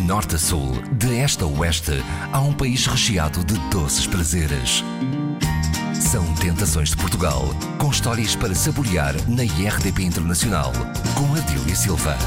norte a sul, de este a oeste, há um país recheado de doces prazeres. São Tentações de Portugal, com histórias para saborear na IRDP Internacional, com Adília Silva.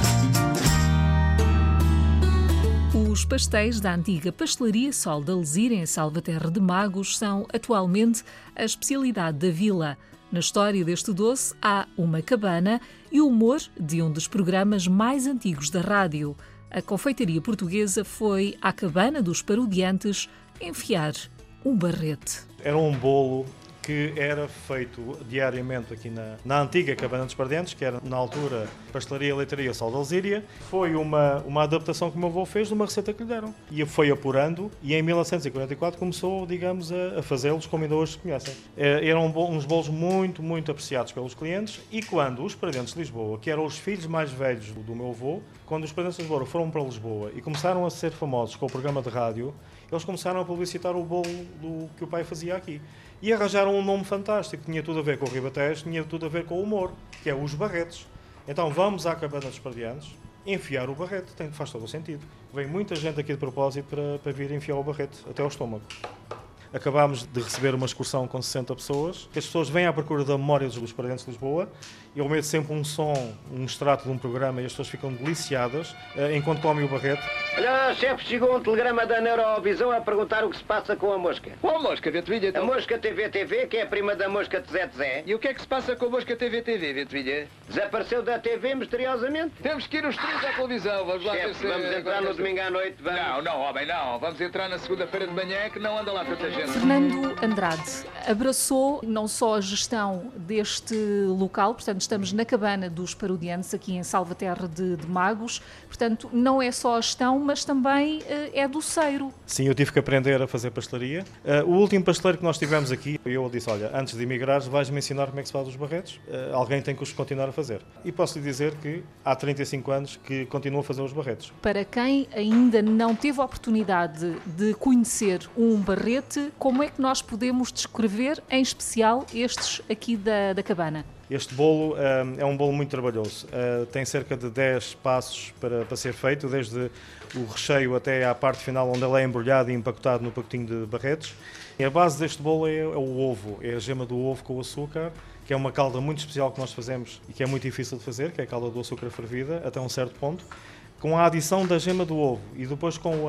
Os pastéis da antiga pastelaria Sol de Alzira, em Salvaterra de Magos, são atualmente a especialidade da vila. Na história deste doce há uma cabana e o humor de um dos programas mais antigos da rádio. A confeitaria portuguesa foi à cabana dos parodiantes enfiar um barrete. Era um bolo que era feito diariamente aqui na antiga cabana dos parodiantes, que era na altura pastelaria e leitaria Sol de Alzira. Foi uma adaptação que o meu avô fez de uma receita que lhe deram. E foi apurando e em 1944 começou, digamos, a fazê-los como ainda hoje se conhecem. Eram uns bolos muito, muito apreciados pelos clientes e quando os parodiantes de Lisboa, que eram os filhos mais velhos do meu avô, quando os parodiantes de Lisboa foram para Lisboa e começaram a ser famosos com o programa de rádio, eles começaram a publicitar o bolo que o pai fazia aqui. E arranjaram um nome fantástico, tinha tudo a ver com o ribatejo, tinha tudo a ver com o humor, que é os barretes. Então vamos à cabana dos parodiantes enfiar o barrete, faz todo o sentido. Vem muita gente aqui de propósito para vir enfiar o barrete, até ao estômago. Acabámos de receber uma excursão com 60 pessoas, que as pessoas vêm à procura da memória dos parodiantes de Lisboa. Eu meto sempre um som, um extrato de um programa e as pessoas ficam deliciadas enquanto comem o barrete. Olha, chefe, chegou um telegrama da Neurovisão a perguntar o que se passa com a mosca. Qual a mosca, Ventovilha? A mosca TV, que é a prima da mosca de Zé. E o que é que se passa com a mosca TV, Ventovilha? Desapareceu da TV misteriosamente. Temos que ir os três à televisão. Vamos lá ver Chefe, se... vamos entrar no domingo à noite, vamos. Não, homem, não. Vamos entrar na segunda-feira de manhã, que não anda lá tanta gente. Fernando Andrade abraçou não só a gestão deste local, portanto estamos na cabana dos parodiantes aqui em Salvaterra de Magos, portanto não é só a gestão, mas também é doceiro. Sim, eu tive que aprender a fazer pastelaria. O último pasteleiro que nós tivemos aqui, eu disse, olha, antes de emigrares vais-me ensinar como é que se faz os barretes. Alguém tem que os continuar a fazer. E posso lhe dizer que há 35 anos que continuo a fazer os barretes. Para quem ainda não teve a oportunidade de conhecer um barrete, como é que nós podemos descrever, em especial, estes aqui da cabana? Este bolo é um bolo muito trabalhoso. Tem cerca de 10 passos para ser feito, desde o recheio até à parte final, onde ele é embrulhado e empacotado no pacotinho de barretes. E a base deste bolo é o ovo, é a gema do ovo com o açúcar, que é uma calda muito especial que nós fazemos e que é muito difícil de fazer, que é a calda do açúcar fervida, até um certo ponto. Com a adição da gema do ovo e depois com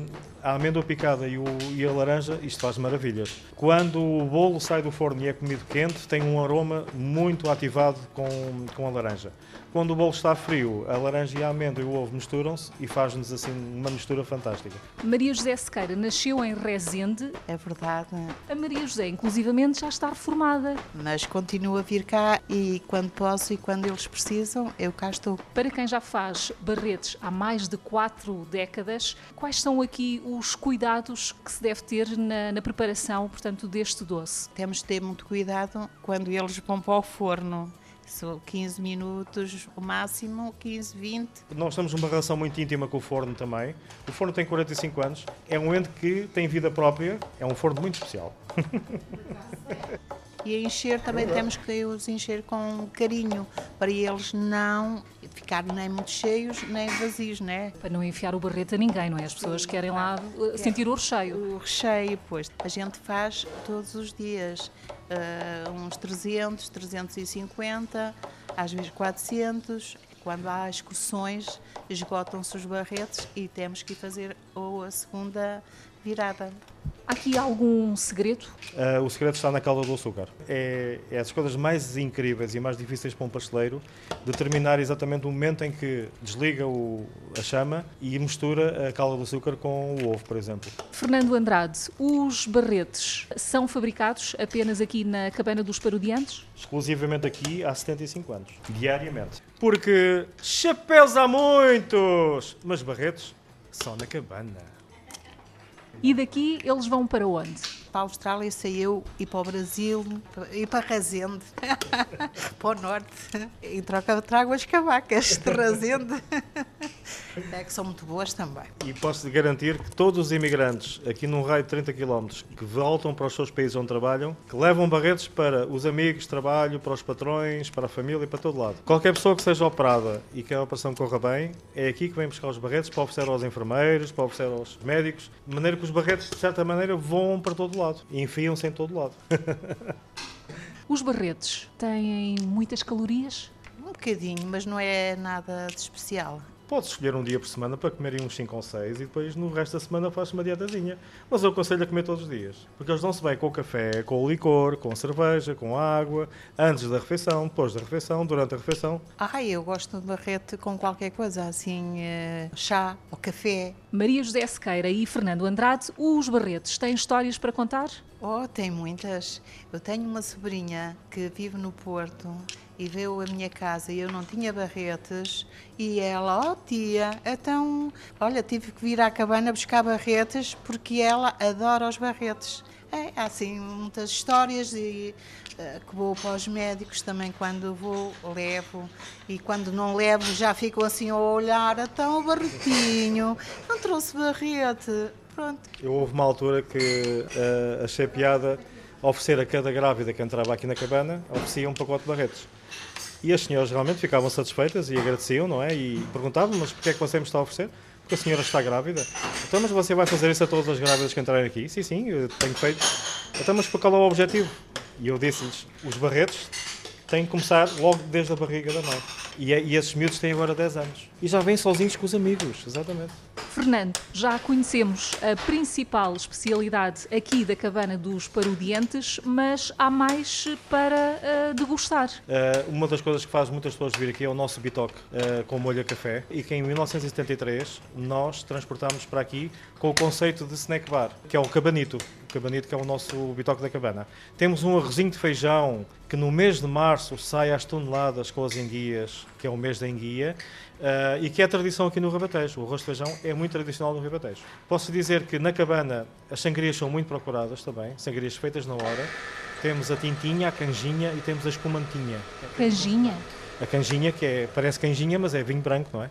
a amêndoa picada e a laranja, isto faz maravilhas. Quando o bolo sai do forno e é comido quente, tem um aroma muito ativado com a laranja. Quando o bolo está frio, a laranja e a amêndoa e o ovo misturam-se e faz-nos assim uma mistura fantástica. Maria José Sequeira nasceu em Rezende. É verdade. A Maria José, inclusivamente, já está reformada. Mas continuo a vir cá e quando posso e quando eles precisam, eu cá estou. Para quem já faz barretes há mais de 4 décadas, quais são aqui os cuidados que se deve ter na preparação, portanto, deste doce? Temos de ter muito cuidado quando eles vão para o forno. São 15 minutos, o máximo 15, 20. Nós temos uma relação muito íntima com o forno também. O forno tem 45 anos, é um ente que tem vida própria, é um forno muito especial. E a encher também temos que os encher com carinho, para eles não ficarem nem muito cheios, nem vazios, né? Para não enfiar o barrete a ninguém, não é? As pessoas querem lá sentir o recheio. O recheio, pois. A gente faz todos os dias, uns 300, 350, às vezes 400. Quando há excursões, esgotam-se os barretes e temos que ir fazer ou a segunda virada. Há aqui algum segredo? O segredo está na calda do açúcar. É as coisas mais incríveis e mais difíceis para um pasteleiro determinar exatamente o momento em que desliga a chama e mistura a calda do açúcar com o ovo, por exemplo. Fernando Andrade, os barretes são fabricados apenas aqui na cabana dos parodiantes? Exclusivamente aqui há 75 anos, diariamente. Porque chapéus há muitos, mas barretes só na cabana. E daqui eles vão para onde? Para a Austrália saiu e para o Brasil e para Rezende, para o norte. Em troca trago as cavacas de Rezende. É que são muito boas também. E posso garantir que todos os imigrantes, aqui num raio de 30 km, que voltam para os seus países onde trabalham, que levam barretes para os amigos, trabalho, para os patrões, para a família, para todo lado. Qualquer pessoa que seja operada e que a operação corra bem, é aqui que vem buscar os barretes para oferecer aos enfermeiros, para oferecer aos médicos, de maneira que os barretes, de certa maneira, voam para todo lado e enfiam-se em todo lado. Os barretes têm muitas calorias? Um bocadinho, mas não é nada de especial. Pode escolher um dia por semana para comer uns 5 ou 6 e depois no resto da semana faz uma dietazinha. Mas eu aconselho a comer todos os dias. Porque eles dão-se bem com o café, com o licor, com a cerveja, com a água, antes da refeição, depois da refeição, durante a refeição. Eu gosto de barrete com qualquer coisa, assim, chá ou café. Maria José Sequeira e Fernando Andrade, os barretes têm histórias para contar? Tem muitas. Eu tenho uma sobrinha que vive no Porto e veio à minha casa e eu não tinha barretes e ela, tia, então, olha, tive que vir à cabana buscar barretes porque ela adora os barretes. Há assim muitas histórias e que vou para os médicos também, quando vou, levo, e quando não levo já ficam assim a olhar, então o barretinho, não trouxe barrete. Pronto. Houve uma altura que achei piada oferecer a cada grávida que entrava aqui na cabana, oferecia um pacote de barretes. E as senhoras realmente ficavam satisfeitas e agradeciam, não é? E perguntavam, mas porquê é que você me está a oferecer? Porque a senhora está grávida. Então, mas você vai fazer isso a todas as grávidas que entrarem aqui? Sim, eu tenho feito. Então, mas qual é o objetivo? E eu disse-lhes, os barretes têm que começar logo desde a barriga da mãe. E esses miúdos têm agora 10 anos. E já vêm sozinhos com os amigos, exatamente. Fernando, já conhecemos a principal especialidade aqui da Cabana dos Parodientes, mas há mais para degustar. Uma das coisas que faz muitas pessoas vir aqui é o nosso bitoque com molho a café e que em 1973 nós transportámos para aqui com o conceito de snack bar, que é o cabanito. O cabanito que é o nosso bitoque da cabana. Temos um arrozinho de feijão que no mês de março sai às toneladas com as enguias, que é o mês da enguia, e que é a tradição aqui no Ribatejo. O arroz de feijão é muito tradicional no Ribatejo. Posso dizer que na cabana as sangrias são muito procuradas também, sangrias feitas na hora. Temos a tintinha, a canjinha e temos a espumantinha. Canjinha? A canjinha, que parece canjinha, mas é vinho branco, não é?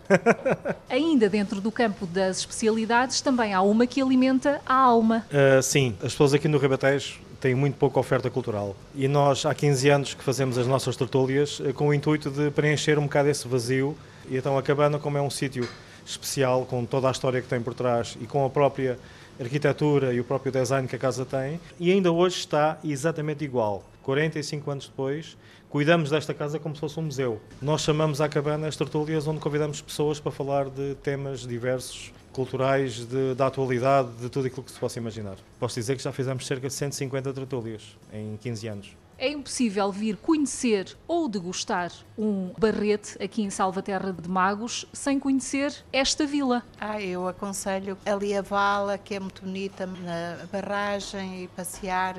Ainda dentro do campo das especialidades, também há uma que alimenta a alma. Sim, as pessoas aqui no Ribatejo têm muito pouca oferta cultural. E nós, há 15 anos que fazemos as nossas tertúlias com o intuito de preencher um bocado esse vazio. E então a cabana, como é um sítio especial, com toda a história que tem por trás e com a própria arquitetura e o próprio design que a casa tem, e ainda hoje está exatamente igual. 45 anos depois, cuidamos desta casa como se fosse um museu. Nós chamamos à cabana as tertúlias onde convidamos pessoas para falar de temas diversos, culturais, da atualidade, de tudo aquilo que se possa imaginar. Posso dizer que já fizemos cerca de 150 tertúlias em 15 anos. É impossível vir conhecer ou degustar um barrete aqui em Salvaterra de Magos sem conhecer esta vila. Eu aconselho ali a vala, que é muito bonita, na barragem, e passear.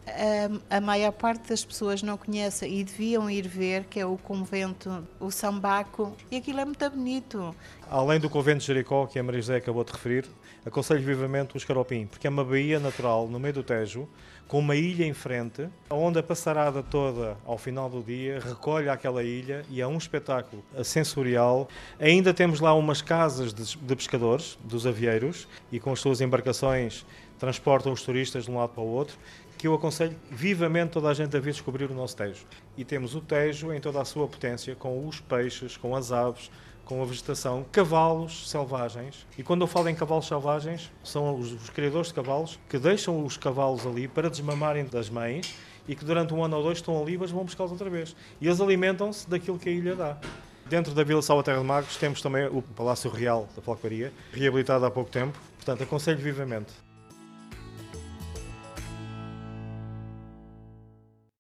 A maior parte das pessoas não conhece e deviam ir ver, que é o convento, o Sambaco, e aquilo é muito bonito. Além do convento de Jericó, que a Maria José acabou de referir, aconselho vivamente o Escaropim, porque é uma baía natural no meio do Tejo, com uma ilha em frente, onde a passarada toda, ao final do dia, recolhe aquela ilha e é um espetáculo sensorial. Ainda temos lá umas casas de pescadores, dos avieiros, e com as suas embarcações transportam os turistas de um lado para o outro, que eu aconselho vivamente toda a gente a vir descobrir o nosso Tejo. E temos o Tejo em toda a sua potência, com os peixes, com as aves, com a vegetação, cavalos selvagens. E quando eu falo em cavalos selvagens, são os criadores de cavalos que deixam os cavalos ali para desmamarem das mães e que durante 1 ano ou 2 estão ali, mas vão buscá-los outra vez. E eles alimentam-se daquilo que a ilha dá. Dentro da Vila Salvaterra de Magos temos também o Palácio Real da Falcaria, reabilitado há pouco tempo. Portanto, aconselho vivamente.